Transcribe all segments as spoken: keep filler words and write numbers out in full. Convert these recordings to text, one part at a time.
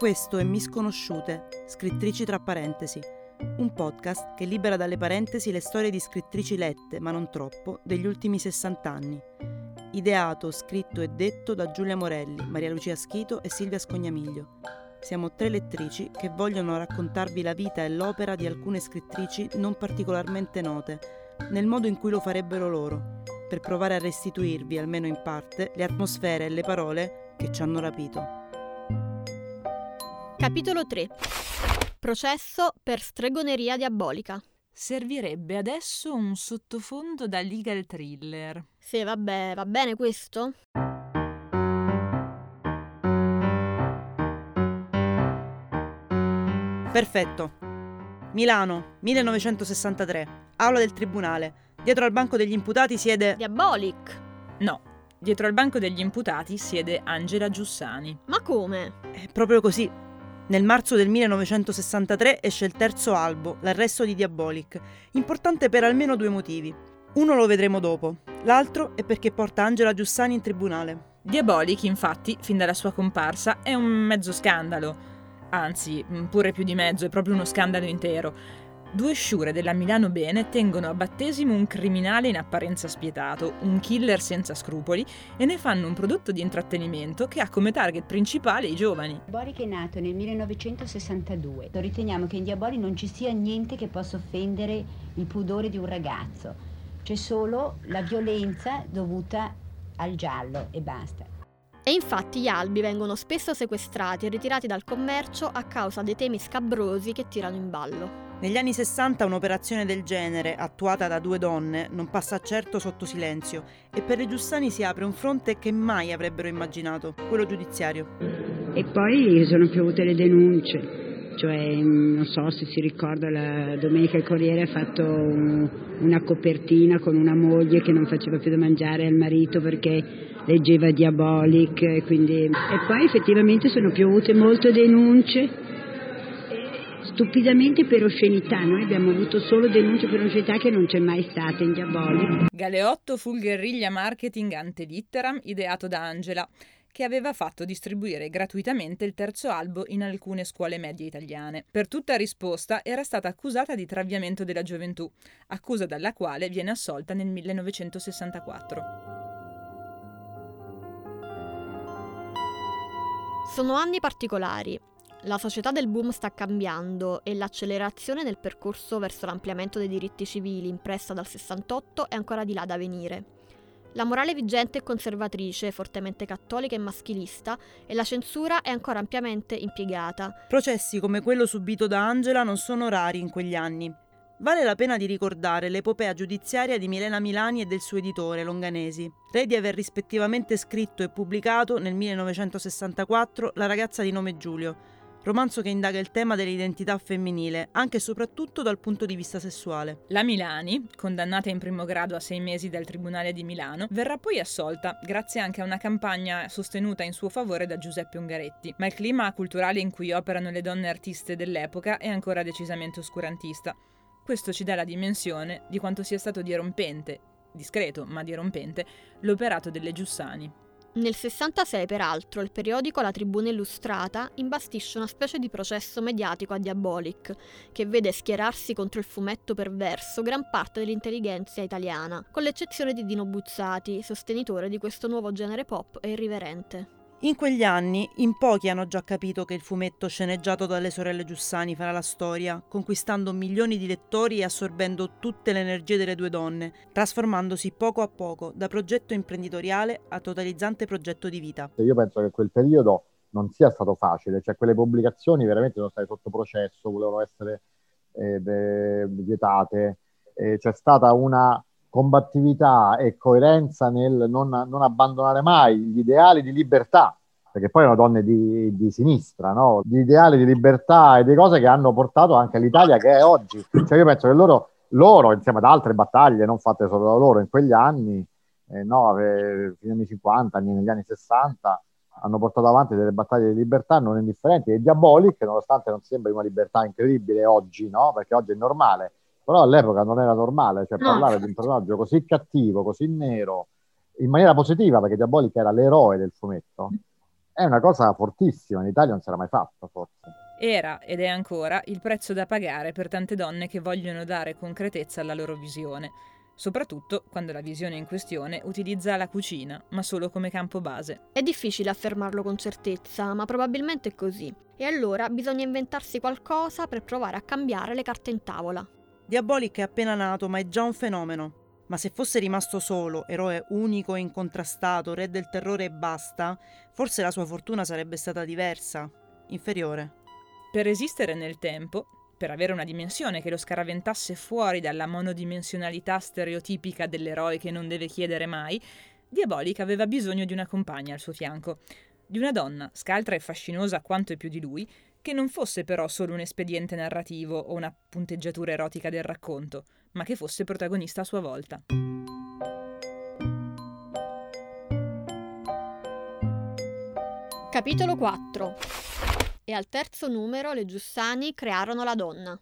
Questo è Misconosciute, scrittrici tra parentesi, un podcast che libera dalle parentesi le storie di scrittrici lette, ma non troppo, degli ultimi sessant'anni. Ideato, scritto e detto da Giulia Morelli, Maria Lucia Schito e Silvia Scognamiglio. Siamo tre lettrici che vogliono raccontarvi la vita e l'opera di alcune scrittrici non particolarmente note, nel modo in cui lo farebbero loro, per provare a restituirvi, almeno in parte, le atmosfere e le parole che ci hanno rapito. Capitolo tre. Processo per stregoneria diabolica. Servirebbe adesso un sottofondo da legal thriller. Sì, vabbè, va bene questo? Perfetto. Milano, millenovecentosessantatré. Aula del tribunale. Dietro al banco degli imputati siede... Diabolic. No, dietro al banco degli imputati siede Angela Giussani. Ma come? È proprio così. Nel marzo del millenovecentosessantatré esce il terzo albo, L'arresto di Diabolic, importante per almeno due motivi. Uno lo vedremo dopo, l'altro è perché porta Angela Giussani in tribunale. Diabolic, infatti, fin dalla sua comparsa, è un mezzo scandalo. Anzi, pure più di mezzo, è proprio uno scandalo intero. Due sciure della Milano Bene tengono a battesimo un criminale in apparenza spietato, un killer senza scrupoli, e ne fanno un prodotto di intrattenimento che ha come target principale i giovani. Diabolic è nato nel millenovecentosessantadue. Riteniamo che in Diabolic non ci sia niente che possa offendere il pudore di un ragazzo. C'è solo la violenza dovuta al giallo e basta. E infatti gli albi vengono spesso sequestrati e ritirati dal commercio a causa dei temi scabrosi che tirano in ballo. Negli anni sessanta un'operazione del genere, attuata da due donne, non passa certo sotto silenzio e per le Giussani si apre un fronte che mai avrebbero immaginato, quello giudiziario. E poi sono piovute le denunce, cioè non so se si ricorda, la domenica il Corriere ha fatto un, una copertina con una moglie che non faceva più da mangiare al marito perché leggeva Diabolic, e quindi e poi effettivamente sono piovute molte denunce. Stupidamente per oscenità, noi abbiamo avuto solo denunce per oscenità che non c'è mai stata in Diabolic. Galeotto fu il guerriglia marketing ante litteram ideato da Angela, che aveva fatto distribuire gratuitamente il terzo albo in alcune scuole medie italiane. Per tutta risposta era stata accusata di traviamento della gioventù, accusa dalla quale viene assolta nel millenovecentosessantaquattro. Sono anni particolari. La società del boom sta cambiando e l'accelerazione nel percorso verso l'ampliamento dei diritti civili impressa dal sessantotto è ancora di là da venire. La morale vigente è conservatrice, fortemente cattolica e maschilista, e la censura è ancora ampiamente impiegata. Processi come quello subito da Angela non sono rari in quegli anni. Vale la pena di ricordare l'epopea giudiziaria di Milena Milani e del suo editore, Longanesi, re di aver rispettivamente scritto e pubblicato nel millenovecentosessantaquattro La ragazza di nome Giulio, romanzo che indaga il tema dell'identità femminile, anche e soprattutto dal punto di vista sessuale. La Milani, condannata in primo grado a sei mesi dal Tribunale di Milano, verrà poi assolta, grazie anche a una campagna sostenuta in suo favore da Giuseppe Ungaretti. Ma il clima culturale in cui operano le donne artiste dell'epoca è ancora decisamente oscurantista. Questo ci dà la dimensione di quanto sia stato dirompente, discreto ma dirompente, l'operato delle Giussani. Nel sessantasei, peraltro, il periodico La Tribuna Illustrata imbastisce una specie di processo mediatico a Diabolic, che vede schierarsi contro il fumetto perverso gran parte dell'intelligenza italiana, con l'eccezione di Dino Buzzati, sostenitore di questo nuovo genere pop e irriverente. In quegli anni, in pochi hanno già capito che il fumetto sceneggiato dalle sorelle Giussani farà la storia, conquistando milioni di lettori e assorbendo tutte le energie delle due donne, trasformandosi poco a poco da progetto imprenditoriale a totalizzante progetto di vita. Io penso che quel periodo non sia stato facile, cioè quelle pubblicazioni veramente sono state sotto processo, volevano essere eh, vietate, eh, c'è stata una combattività e coerenza nel non, non abbandonare mai gli ideali di libertà, perché poi erano donne di, di sinistra, no? Gli ideali di libertà e di cose che hanno portato anche l'Italia che è oggi. Cioè io penso che loro, loro insieme ad altre battaglie non fatte solo da loro in quegli anni, eh, no, fine anni cinquanta, negli anni sessanta, hanno portato avanti delle battaglie di libertà non indifferenti. E Diabolic, nonostante non sembri una libertà incredibile oggi, no? Perché oggi è normale, però all'epoca non era normale, cioè parlare di un personaggio così cattivo, così nero, in maniera positiva, perché Diabolic era l'eroe del fumetto, è una cosa fortissima, in Italia non si era mai fatta forse. Era, ed è ancora, il prezzo da pagare per tante donne che vogliono dare concretezza alla loro visione, soprattutto quando la visione in questione utilizza la cucina, ma solo come campo base. È difficile affermarlo con certezza, ma probabilmente è così. E allora bisogna inventarsi qualcosa per provare a cambiare le carte in tavola. Diabolic è appena nato, ma è già un fenomeno. Ma se fosse rimasto solo, eroe unico e incontrastato, re del terrore e basta, forse la sua fortuna sarebbe stata diversa, inferiore. Per esistere nel tempo, per avere una dimensione che lo scaraventasse fuori dalla monodimensionalità stereotipica dell'eroe che non deve chiedere mai, Diabolic aveva bisogno di una compagna al suo fianco, di una donna, scaltra e fascinosa quanto e più di lui, che non fosse però solo un espediente narrativo o una punteggiatura erotica del racconto, ma che fosse protagonista a sua volta. Capitolo quattro. E al terzo numero le Giussani crearono la donna.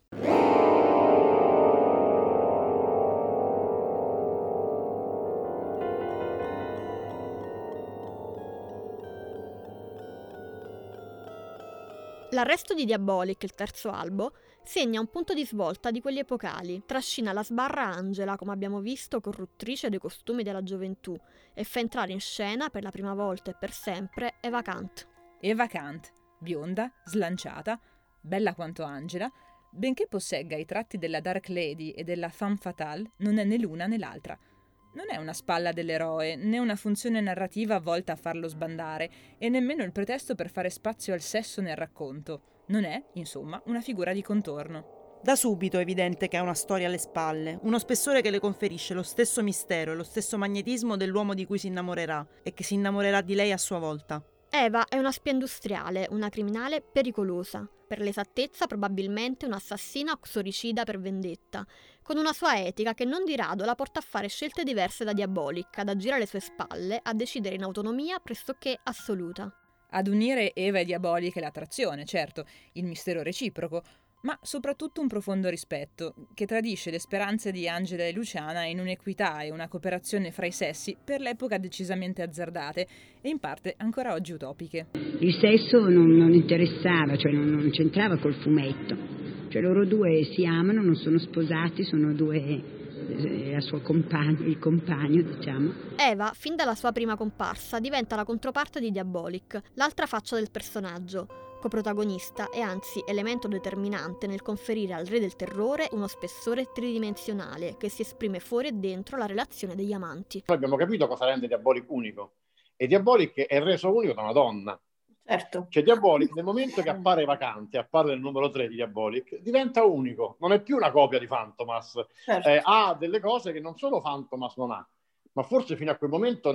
L'arresto di Diabolic, il terzo albo, segna un punto di svolta di quelli epocali. Trascina la sbarra Angela, come abbiamo visto, corruttrice dei costumi della gioventù, e fa entrare in scena per la prima volta e per sempre Eva Kant. Eva Kant, bionda, slanciata, bella quanto Angela, benché possegga i tratti della Dark Lady e della femme fatale, non è né l'una né l'altra. Non è una spalla dell'eroe, né una funzione narrativa volta a farlo sbandare, e nemmeno il pretesto per fare spazio al sesso nel racconto. Non è, insomma, una figura di contorno. Da subito è evidente che ha una storia alle spalle, uno spessore che le conferisce lo stesso mistero e lo stesso magnetismo dell'uomo di cui si innamorerà, e che si innamorerà di lei a sua volta. Eva è una spia industriale, una criminale pericolosa. Per l'esattezza probabilmente un'assassina uxoricida per vendetta, con una sua etica che non di rado la porta a fare scelte diverse da Diabolic, ad agire alle sue spalle, a decidere in autonomia pressoché assoluta. Ad unire Eva e Diabolic è l'attrazione, certo, il mistero reciproco, ma soprattutto un profondo rispetto, che tradisce le speranze di Angela e Luciana in un'equità e una cooperazione fra i sessi per l'epoca decisamente azzardate e in parte ancora oggi utopiche. Il sesso non, non interessava, cioè non, non c'entrava col fumetto, cioè loro due si amano, non sono sposati, sono due, la sua compagno, il compagno diciamo. Eva, fin dalla sua prima comparsa, diventa la controparte di Diabolic, l'altra faccia del personaggio, coprotagonista e anzi elemento determinante nel conferire al re del terrore uno spessore tridimensionale che si esprime fuori e dentro la relazione degli amanti. Noi abbiamo capito cosa rende Diabolic unico, e Diabolic è reso unico da una donna. Certo. Cioè Diabolic nel momento che appare vacante, appare nel numero tre di Diabolic, diventa unico, non è più una copia di Fantomas, Certo. eh, ha delle cose che non solo Fantomas non ha, ma forse fino a quel momento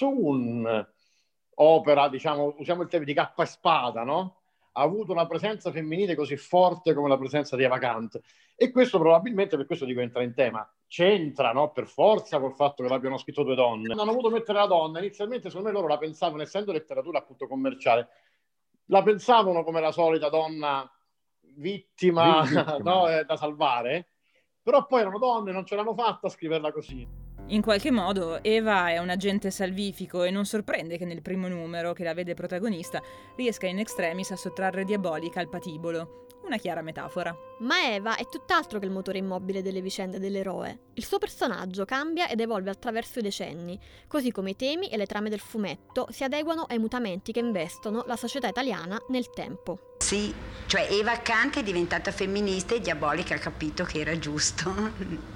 nessun opera, diciamo, usiamo il termine di cappa e spada, no? Ha avuto una presenza femminile così forte come la presenza di Eva Kant. E questo probabilmente, per questo dico entra in tema, c'entra, no? Per forza col fatto che l'abbiano scritto due donne. Hanno voluto mettere la donna, inizialmente secondo me loro la pensavano, essendo letteratura appunto commerciale, la pensavano come la solita donna vittima, vittima. No? eh, da salvare, però poi erano donne, non ce l'hanno fatta a scriverla così. In qualche modo Eva è un agente salvifico e non sorprende che nel primo numero, che la vede protagonista, riesca in extremis a sottrarre Diabolic al patibolo. Una chiara metafora. Ma Eva è tutt'altro che il motore immobile delle vicende dell'eroe. Il suo personaggio cambia ed evolve attraverso i decenni, così come i temi e le trame del fumetto si adeguano ai mutamenti che investono la società italiana nel tempo. Sì, cioè Eva Kant è diventata femminista e Diabolic ha capito che era giusto.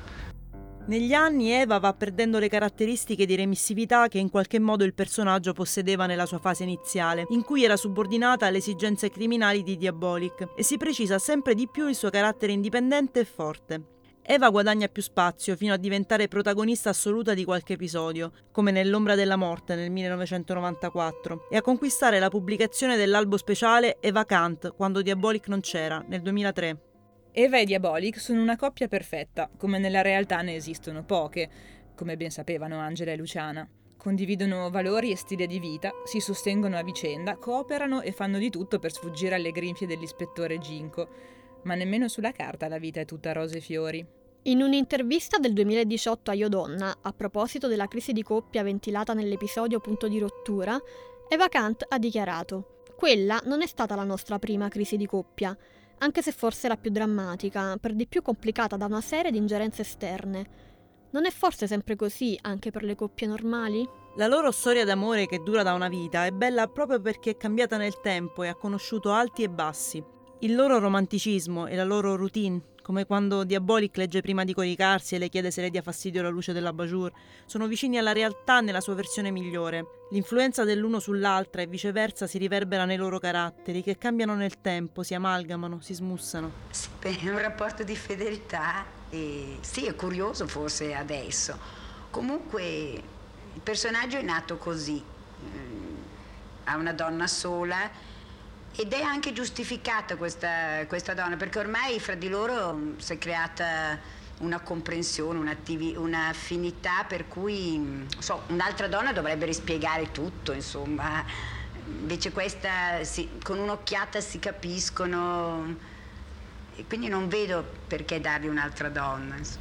Negli anni Eva va perdendo le caratteristiche di remissività che in qualche modo il personaggio possedeva nella sua fase iniziale, in cui era subordinata alle esigenze criminali di Diabolic, e si precisa sempre di più il suo carattere indipendente e forte. Eva guadagna più spazio fino a diventare protagonista assoluta di qualche episodio, come nell'Ombra della Morte nel millenovecentonovantaquattro, e a conquistare la pubblicazione dell'albo speciale Eva Kant, quando Diabolic non c'era, nel duemilatré. Eva e Diabolic sono una coppia perfetta, come nella realtà ne esistono poche, come ben sapevano Angela e Luciana. Condividono valori e stile di vita, si sostengono a vicenda, cooperano e fanno di tutto per sfuggire alle grinfie dell'ispettore Ginko. Ma nemmeno sulla carta la vita è tutta rose e fiori. In un'intervista del duemiladiciotto a Io Donna, a proposito della crisi di coppia ventilata nell'episodio Punto di rottura, Eva Kant ha dichiarato: quella non è stata la nostra prima crisi di coppia, anche se forse la più drammatica, per di più complicata da una serie di ingerenze esterne. Non è forse sempre così anche per le coppie normali? La loro storia d'amore, che dura da una vita, è bella proprio perché è cambiata nel tempo e ha conosciuto alti e bassi. Il loro romanticismo e la loro routine, come quando Diabolik legge prima di coricarsi e le chiede se le dia fastidio la luce dell'abajur, sono vicini alla realtà nella sua versione migliore. L'influenza dell'uno sull'altra e viceversa si riverbera nei loro caratteri, che cambiano nel tempo, si amalgamano, si smussano. Sì, beh, è un rapporto di fedeltà e sì, è curioso forse adesso. Comunque il personaggio è nato così, ha una donna sola, ed è anche giustificata questa, questa donna, perché ormai fra di loro si è creata una comprensione, un'affinità per cui so, un'altra donna dovrebbe rispiegare tutto, insomma. Invece questa, si, con un'occhiata si capiscono, e quindi non vedo perché dargli un'altra donna, insomma.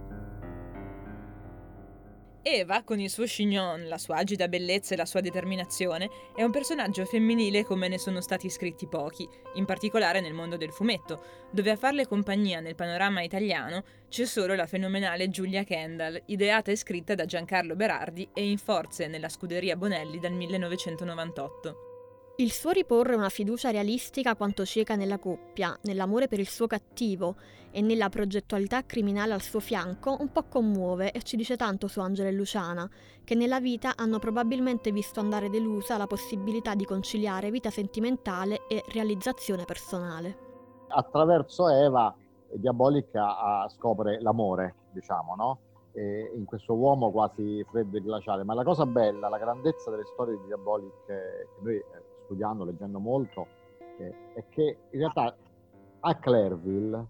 Eva, con il suo chignon, la sua agida bellezza e la sua determinazione, è un personaggio femminile come ne sono stati scritti pochi, in particolare nel mondo del fumetto, dove a farle compagnia nel panorama italiano c'è solo la fenomenale Giulia Kendall, ideata e scritta da Giancarlo Berardi e in forze nella scuderia Bonelli dal millenovecentonovantotto. Il suo riporre una fiducia realistica quanto cieca nella coppia, nell'amore per il suo cattivo e nella progettualità criminale al suo fianco un po' commuove e ci dice tanto su Angela e Luciana, che nella vita hanno probabilmente visto andare delusa la possibilità di conciliare vita sentimentale e realizzazione personale. Attraverso Eva, Diabolik a, a scopre l'amore, diciamo, no? E in questo uomo quasi freddo e glaciale. Ma la cosa bella, la grandezza delle storie di Diabolik, che noi studiando, leggendo molto, eh, è che in realtà a Clairville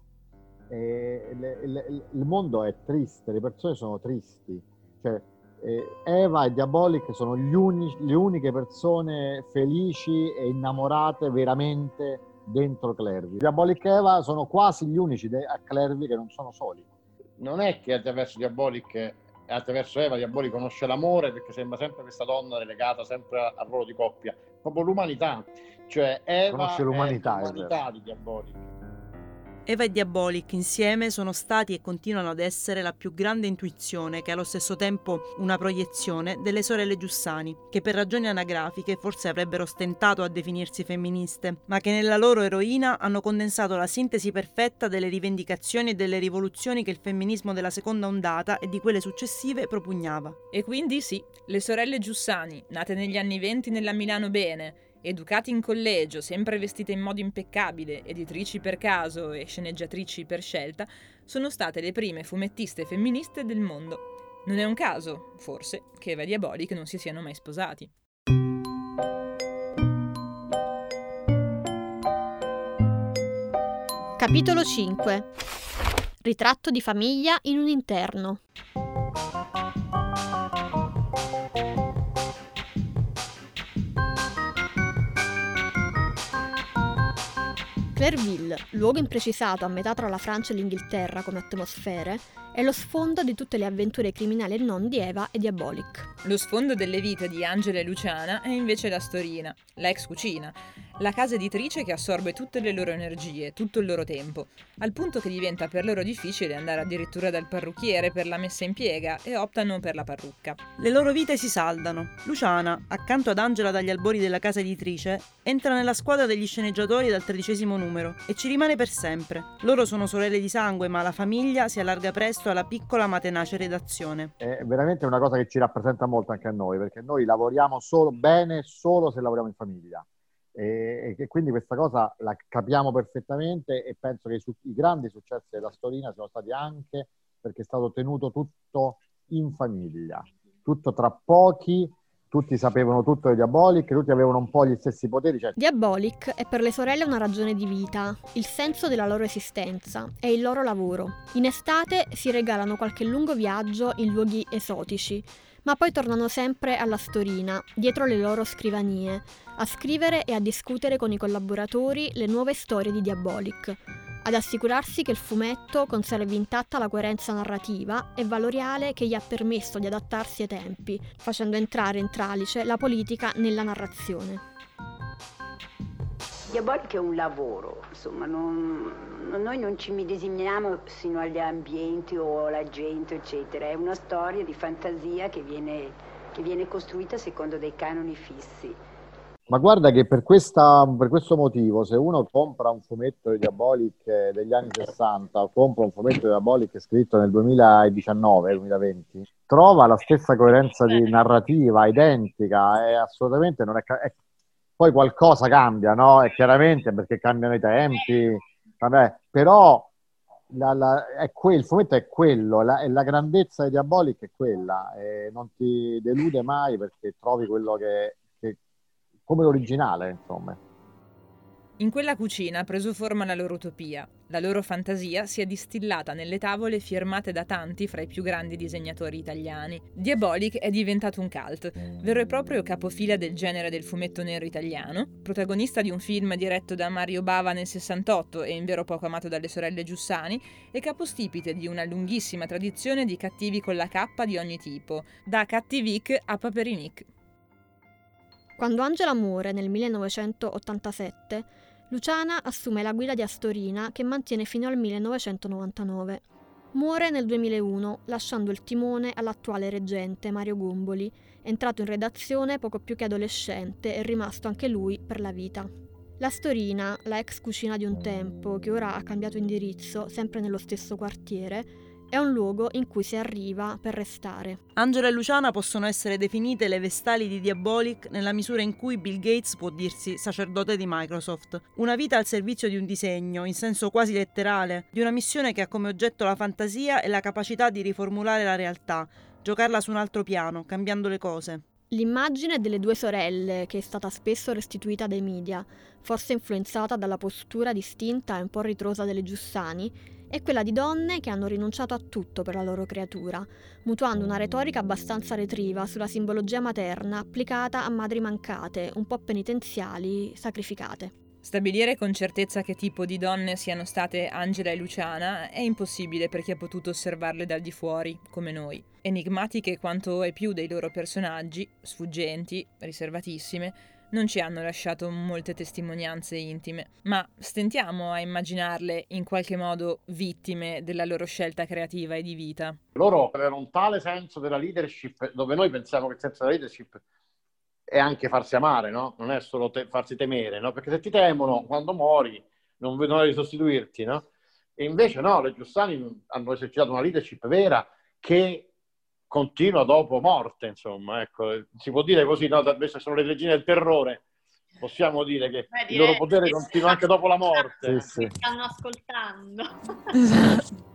eh, le, le, il mondo è triste, le persone sono tristi, cioè eh, Eva e Diabolik sono gli uni, le uniche persone felici e innamorate veramente dentro Clairville. Diabolik e Eva sono quasi gli unici de- a Clairville che non sono soli. Non è che attraverso Diabolik e attraverso Eva Diabolik conosce l'amore, perché sembra sempre questa donna relegata sempre al ruolo di coppia, proprio l'umanità, cioè Eva conosce l'umanità, è l'umanità di Diabolik. Eva e Diabolik insieme sono stati e continuano ad essere la più grande intuizione, che è allo stesso tempo una proiezione, delle sorelle Giussani, che per ragioni anagrafiche forse avrebbero stentato a definirsi femministe, ma che nella loro eroina hanno condensato la sintesi perfetta delle rivendicazioni e delle rivoluzioni che il femminismo della seconda ondata e di quelle successive propugnava. E quindi sì, le sorelle Giussani, nate negli anni venti nella Milano bene, educate in collegio, sempre vestite in modo impeccabile, editrici per caso e sceneggiatrici per scelta, sono state le prime fumettiste femministe del mondo. Non è un caso, forse, che Eva e Diabolik non si siano mai sposati. Capitolo cinque. Ritratto di famiglia in un interno. Clairville, luogo imprecisato a metà tra la Francia e l'Inghilterra come atmosfere, è lo sfondo di tutte le avventure criminali e non di Eva e Diabolik. Lo sfondo delle vite di Angela e Luciana è invece la Storina, la ex cucina, la casa editrice che assorbe tutte le loro energie, tutto il loro tempo, al punto che diventa per loro difficile andare addirittura dal parrucchiere per la messa in piega e optano per la parrucca. Le loro vite si saldano. Luciana, accanto ad Angela dagli albori della casa editrice, entra nella squadra degli sceneggiatori dal tredicesimo numero e ci rimane per sempre. Loro sono sorelle di sangue, ma la famiglia si allarga presto alla piccola ma tenace redazione. È veramente una cosa che ci rappresenta molto anche a noi, perché noi lavoriamo solo bene solo se lavoriamo in famiglia. E, e quindi questa cosa la capiamo perfettamente, e penso che i, su- i grandi successi della Storina siano stati anche perché è stato tenuto tutto in famiglia, tutto tra pochi, tutti sapevano tutto di Diabolik, tutti avevano un po' gli stessi poteri. Cioè... Diabolik è per le sorelle una ragione di vita, il senso della loro esistenza e il loro lavoro. In estate si regalano qualche lungo viaggio in luoghi esotici, ma poi tornano sempre alla Storina, dietro le loro scrivanie, a scrivere e a discutere con i collaboratori le nuove storie di Diabolik. ad assicurarsi che il fumetto conservi intatta la coerenza narrativa e valoriale che gli ha permesso di adattarsi ai tempi, facendo entrare in tralice la politica nella narrazione. Diabolic è un lavoro, insomma, non, noi non ci medesimiamo sino agli ambienti o alla gente, eccetera. È una storia di fantasia che viene, che viene costruita secondo dei canoni fissi. Ma guarda che per, questa, per questo motivo, se uno compra un fumetto di Diabolic degli anni sessanta o compra un fumetto di Diabolic scritto nel duemiladiciannove duemilaventi, trova la stessa coerenza di narrativa, identica, è assolutamente non è, è poi qualcosa cambia, no? È chiaramente perché cambiano i tempi, vabbè, però la, la, è quel, il fumetto è quello, la, e la grandezza di Diabolic è quella, e non ti delude mai perché trovi quello che come l'originale, insomma. In quella cucina ha preso forma la loro utopia. La loro fantasia si è distillata nelle tavole firmate da tanti fra i più grandi disegnatori italiani. Diabolic è diventato un cult, vero e proprio capofila del genere del fumetto nero italiano, protagonista di un film diretto da Mario Bava nel sessantotto e in vero poco amato dalle sorelle Giussani, e capostipite di una lunghissima tradizione di cattivi con la K di ogni tipo, da Cattivic a Paperinic. Quando Angela muore nel millenovecentottantasette, Luciana assume la guida di Astorina che mantiene fino al millenovecentonovantanove. Muore nel duemilauno lasciando il timone all'attuale reggente Mario Gomboli, entrato in redazione poco più che adolescente e rimasto anche lui per la vita. L'Astorina, la ex cucina di un tempo che ora ha cambiato indirizzo sempre nello stesso quartiere, è un luogo in cui si arriva per restare. Angela e Luciana possono essere definite le vestali di Diabolic nella misura in cui Bill Gates può dirsi sacerdote di Microsoft. Una vita al servizio di un disegno, in senso quasi letterale, di una missione che ha come oggetto la fantasia e la capacità di riformulare la realtà, giocarla su un altro piano, cambiando le cose. L'immagine delle due sorelle, che è stata spesso restituita dai media, forse influenzata dalla postura distinta e un po' ritrosa delle Giussani, è quella di donne che hanno rinunciato a tutto per la loro creatura, mutuando una retorica abbastanza retriva sulla simbologia materna applicata a madri mancate, un po' penitenziali, sacrificate. Stabilire con certezza che tipo di donne siano state Angela e Luciana è impossibile per chi ha potuto osservarle dal di fuori, come noi. Enigmatiche quanto e più dei loro personaggi, sfuggenti, riservatissime, non ci hanno lasciato molte testimonianze intime, ma stentiamo a immaginarle in qualche modo vittime della loro scelta creativa e di vita. Loro avevano un tale senso della leadership, dove noi pensiamo che il senso della leadership è anche farsi amare, no? Non è solo te- farsi temere, no? Perché se ti temono, quando muori, non vedono l'ora di sostituirti, no? E invece no, le Giussani hanno esercitato una leadership vera che continua dopo morte, insomma, ecco, si può dire così, no? Invece sono le regine del terrore, possiamo dire che Beh, il loro potere continua anche dopo la morte. Sì, sì. Stanno ascoltando. Esatto.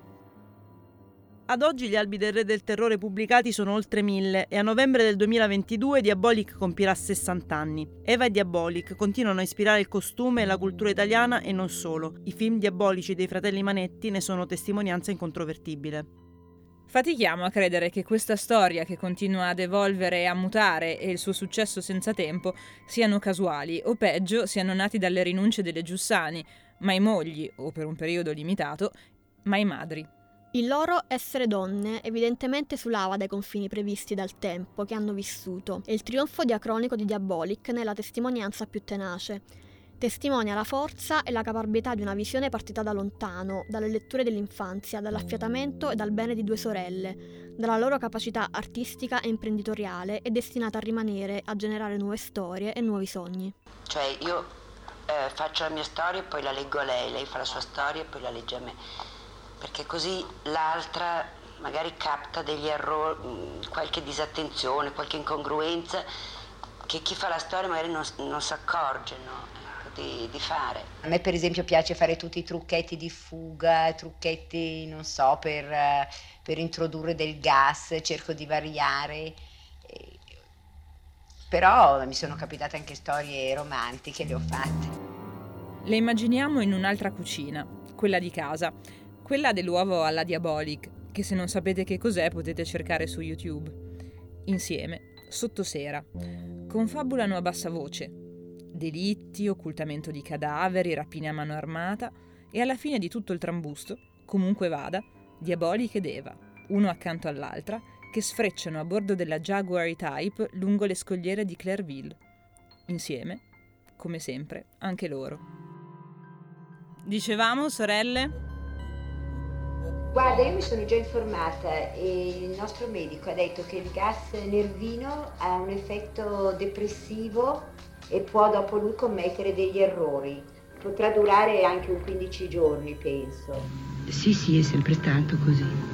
Ad oggi gli albi del Re del Terrore pubblicati sono oltre mille e a novembre del duemilaventidue Diabolic compirà sessanta anni. Eva e Diabolic continuano a ispirare il costume e la cultura italiana e non solo. I film diabolici dei fratelli Manetti ne sono testimonianza incontrovertibile. Fatichiamo a credere che questa storia, che continua ad evolvere e a mutare, e il suo successo senza tempo, siano casuali, o peggio, siano nati dalle rinunce delle Giussani, mai mogli, o per un periodo limitato, mai madri. Il loro essere donne evidentemente esulava dai confini previsti dal tempo che hanno vissuto, e il trionfo diacronico di Diabolic ne è la testimonianza più tenace. Testimonia la forza e la caparbietà di una visione partita da lontano, dalle letture dell'infanzia, dall'affiatamento e dal bene di due sorelle, dalla loro capacità artistica e imprenditoriale e destinata a rimanere, a generare nuove storie e nuovi sogni. Cioè io eh, faccio la mia storia e poi la leggo a lei, lei fa la sua storia e poi la legge a me, perché così l'altra magari capta degli errori, qualche disattenzione, qualche incongruenza che chi fa la storia magari non, non si accorge, no? Di, di fare. A me per esempio piace fare tutti i trucchetti di fuga, trucchetti non so per, per introdurre del gas, cerco di variare, e... però mi sono capitate anche storie romantiche, le ho fatte. Le immaginiamo in un'altra cucina, quella di casa, quella dell'uovo alla Diabolic, che se non sapete che cos'è potete cercare su YouTube. Insieme, sotto sera, confabulano a bassa voce. Delitti, occultamento di cadaveri, rapine a mano armata e alla fine di tutto il trambusto, comunque vada, Diabolik ed Eva, uno accanto all'altra, che sfrecciano a bordo della Jaguar E-Type lungo le scogliere di Clairville. Insieme, come sempre, anche loro. Dicevamo, sorelle? Guarda, io mi sono già informata e il nostro medico ha detto che il gas nervino ha un effetto depressivo e può dopo lui commettere degli errori. Potrà durare anche un quindici giorni, penso. Sì, sì, è sempre stato così.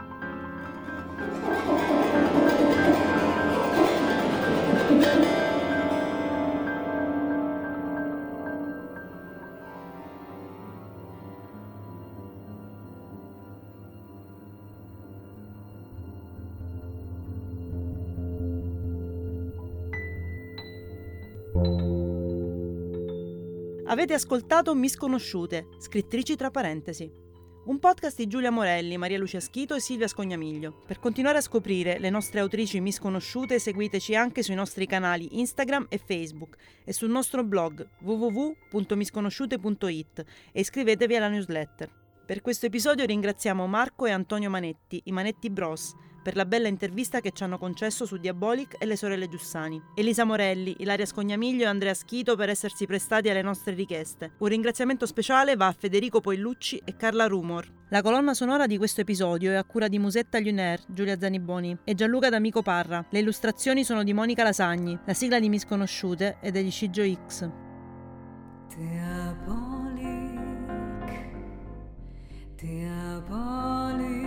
Avete ascoltato Misconosciute, scrittrici tra parentesi. Un podcast di Giulia Morelli, Maria Lucia Schito e Silvia Scognamiglio. Per continuare a scoprire le nostre autrici misconosciute, seguiteci anche sui nostri canali Instagram e Facebook e sul nostro blog w w w punto misconosciute punto i t e iscrivetevi alla newsletter. Per questo episodio ringraziamo Marco e Antonio Manetti, i Manetti Bros, per la bella intervista che ci hanno concesso su Diabolik e le sorelle Giussani. Elisa Morelli, Ilaria Scognamiglio e Andrea Schito per essersi prestati alle nostre richieste. Un ringraziamento speciale va a Federico Poillucci e Carla Rumor. La colonna sonora di questo episodio è a cura di Musetta Lunaire, Giulia Zaniboni e Gianluca D'Amico Parra. Le illustrazioni sono di Monica Lasagni. La sigla di Misconosciute è degli Scigio X. Diabolik, Diabolik,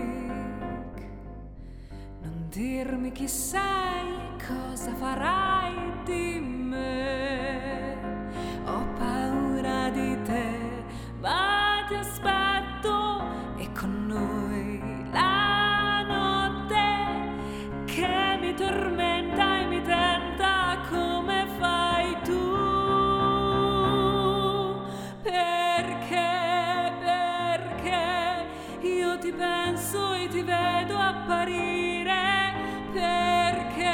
non dirmi chi sei, cosa farai di me, ho paura di te, ma ti aspetto e con noi la notte che mi tormenta e mi tenta come fai tu, perché, perché io ti penso e ti vedo apparire, perché,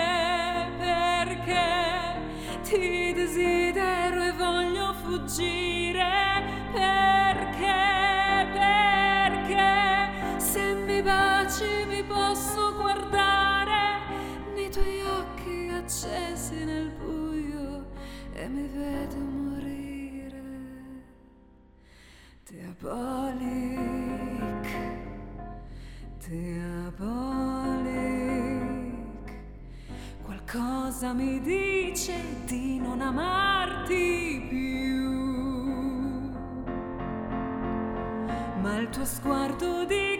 perché ti desidero e voglio fuggire, perché, perché se mi baci mi posso guardare nei tuoi occhi accesi nel buio e mi vedo morire. Diabolik, Diabolik, qualcosa mi dice di non amarti più, ma il tuo sguardo dice